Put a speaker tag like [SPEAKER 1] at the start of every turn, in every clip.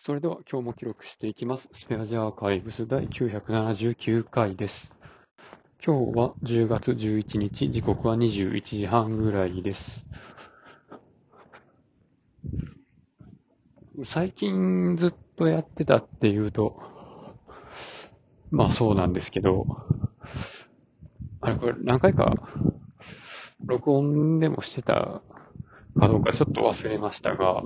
[SPEAKER 1] それでは今日も記録していきます。スペアジアーカイブス第979回です。今日は10月11日、時刻は21時半ぐらいです。最近ずっとやってたっていうと、まあそうなんですけど、これ何回か録音でもしてたかどうかちょっと忘れましたが、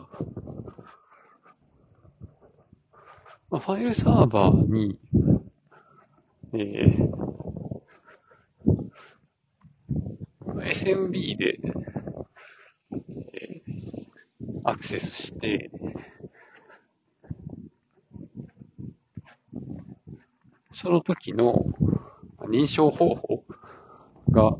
[SPEAKER 1] ファイルサーバーに、SMB で、アクセスして、その時の認証方法が、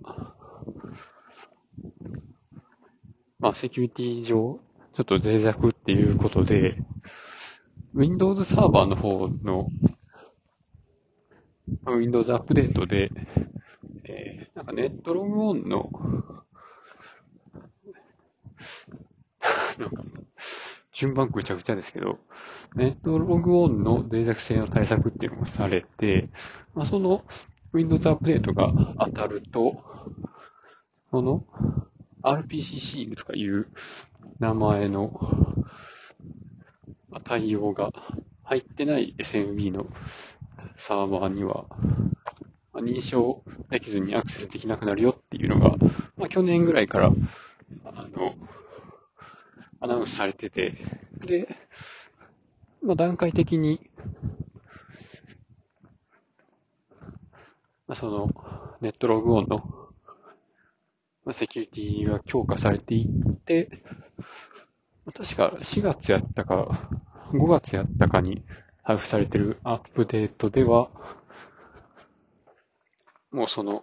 [SPEAKER 1] セキュリティ上、ちょっと脆弱っていうことで、Windows サーバーの方の、Windows アップデートで、なんかネットログオンの、なんか順番ぐちゃぐちゃですけど、ネットログオンの脆弱性の対策っていうのがされて、その Windows アップデートが当たると、その RPC シールとかいう名前の対応が入ってない SMB のサーバーには認証できずにアクセスできなくなるよっていうのが、去年ぐらいから、アナウンスされてて、で、段階的に、その、ネットログオンの、セキュリティが強化されていって、確か4月やったか、5月やったかに配布されてるアップデートでは、もうその、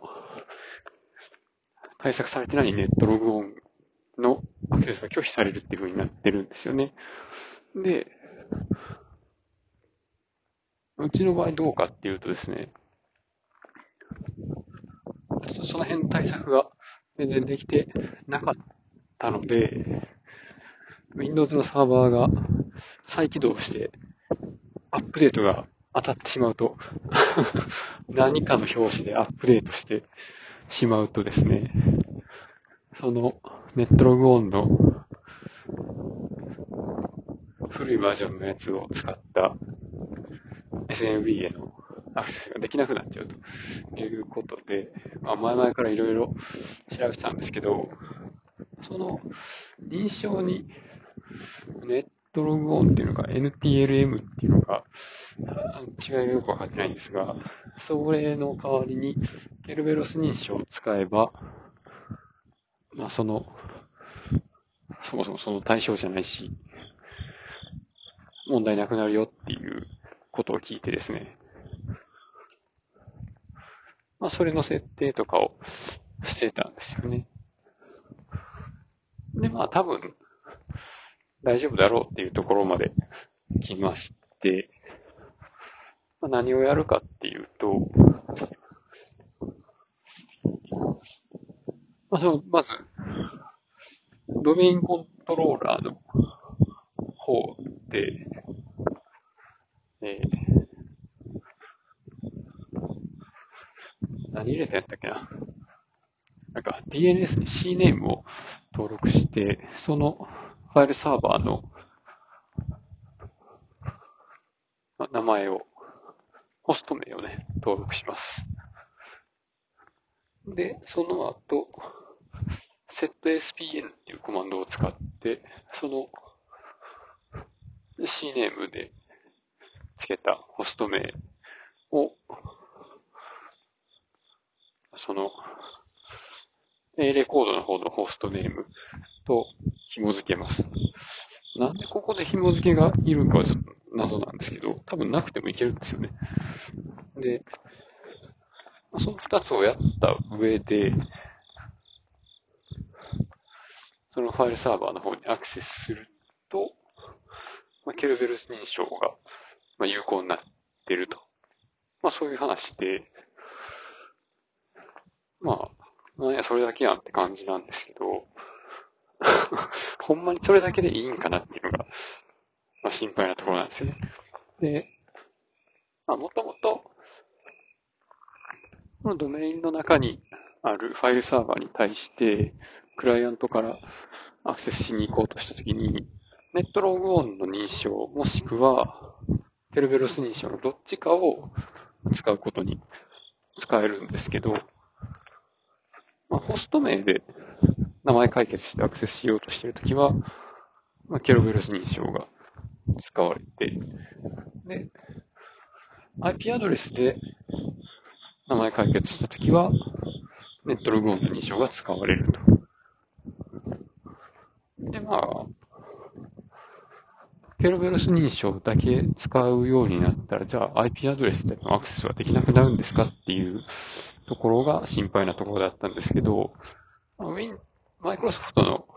[SPEAKER 1] 対策されてないネットログオンのアクセスが拒否されるっていう風になってるんですよね。で、うちの場合どうかっていうとですね、ちょっとその辺の対策が全然できてなかったので、Windows のサーバーが再起動してアップデートが当たってしまうと何かの表紙でアップデートしてしまうとですね、そのネットログオンの古いバージョンのやつを使った SMB へのアクセスができなくなっちゃうということで、前々からいろいろ調べてたんですけど、その認証にネットログオンっていうのが NTLM っていうのが違いがよくわかってないんですが、それの代わりにケルベロス認証を使えば、そもそもその対象じゃないし、問題なくなるよっていうことを聞いてですね、それの設定とかをしてたんですよね。で、多分大丈夫だろうっていうところまで来まして、何をやるかっていうと、まず、ドメインコントローラーの方で、えー何入れたんやったっけな。DNS に CNAME を登録して、そのファイルサーバーの名前を、ホスト名をね、登録します。で、その後、setSPN っていうコマンドを使って、その CNAME でつけたホスト名を、その A レコードの方のホストネームと紐付けます。なんでここで紐付けがいるかはちょっと謎なんですけど、多分なくてもいけるんですよね。で、その二つをやった上で、そのファイルサーバーの方にアクセスすると、ケルベルス認証が有効になっていると。そういう話で、なんやそれだけやんって感じなんですけど、ほんまにそれだけでいいんかなっていうのが心配なところなんですよね。で、もともと、このドメインの中にあるファイルサーバーに対して、クライアントからアクセスしに行こうとしたときに、ネットログオンの認証、もしくは、ケルベロス認証のどっちかを使うことに使えるんですけど、ホスト名で名前解決してアクセスしようとしているときは、ケルベロス認証が使われて、で、IP アドレスで名前解決したときは、ネットログオンの認証が使われると。で、ケルベロス認証だけ使うようになったら、じゃあ IP アドレスでのアクセスはできなくなるんですかっていうところが心配なところだったんですけど、マイクロソフトの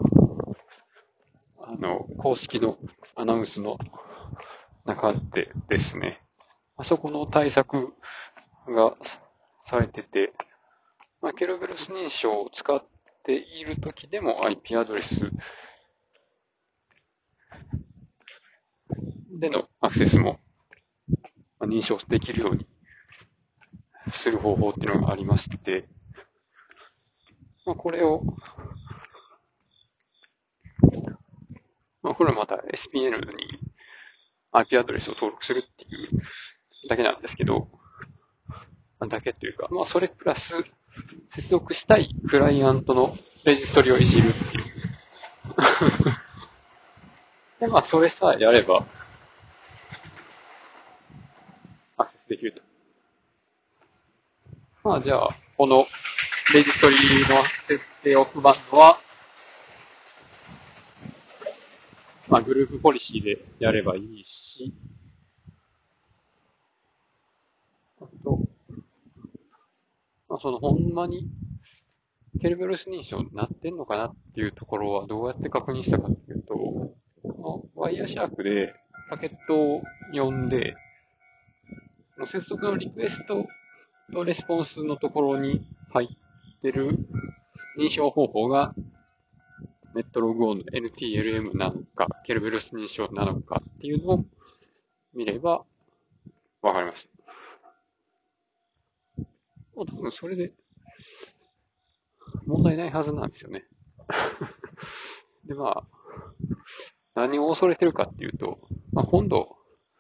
[SPEAKER 1] 公式のアナウンスの中でですね、あそこの対策がされてて、ケルベロス認証を使っているときでも IP アドレスでのアクセスも認証できるようにする方法っていうのがありまして、これを、これはまた SPN に IP アドレスを登録するっていうだけなんですけど、だけというか、それプラス接続したいクライアントのレジストリをいじるっていう。で、それさえやればアクセスできると。じゃあ、このレジストリの設定を配るのは、グループポリシーでやればいいし、あと、ほんまにケルベロス認証になってんのかなっていうところはどうやって確認したかっていうと、ワイヤーシャークでパケットを呼んで、接続のリクエストとレスポンスのところに入ってる認証方法がネットログオンの NTLM なのか、ケルベロス認証なのかっていうのを見ればわかります。多分それで問題ないはずなんですよね。で、何を恐れてるかっていうと、今度、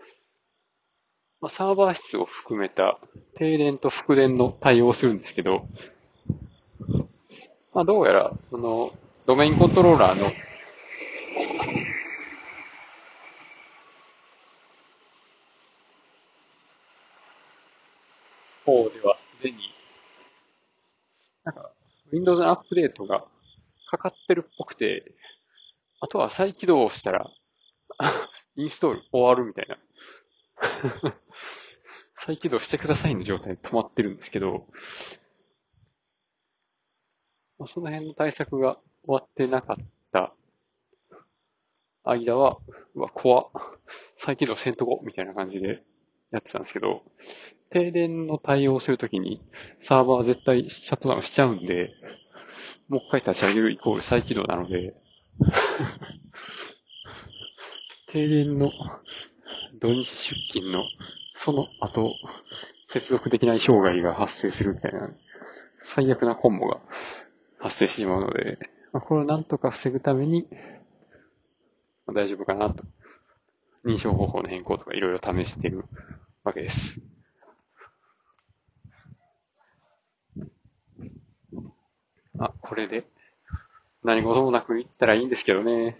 [SPEAKER 1] サーバー室を含めた停電と復電の対応をするんですけど、どうやら、ドメインコントローラーの方ではすでに、Windows のアップデートがかかってるっぽくて、あとは再起動をしたら、インストール終わるみたいな。再起動してくださいの状態で止まってるんですけど、その辺の対策が終わってなかった間は、怖っ。再起動せんとこみたいな感じでやってたんですけど、停電の対応するときにサーバー絶対シャットダウンしちゃうんで、もう一回立ち上げるイコール再起動なので、停電の土日出勤のその後、接続できない障害が発生するみたいな、最悪なコンボが発生してしまうので、これをなんとか防ぐために、大丈夫かなと。認証方法の変更とかいろいろ試しているわけです。これで何事もなくいったらいいんですけどね。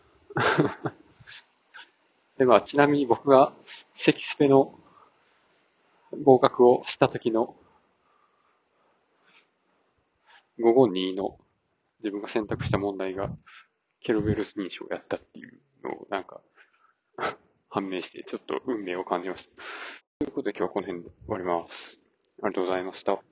[SPEAKER 1] で、ちなみに僕が積スペの合格をした時の552の自分が選択した問題がケルベルス認証をやったっていうのを判明してちょっと運命を感じました。ということで今日はこの辺で終わります。ありがとうございました。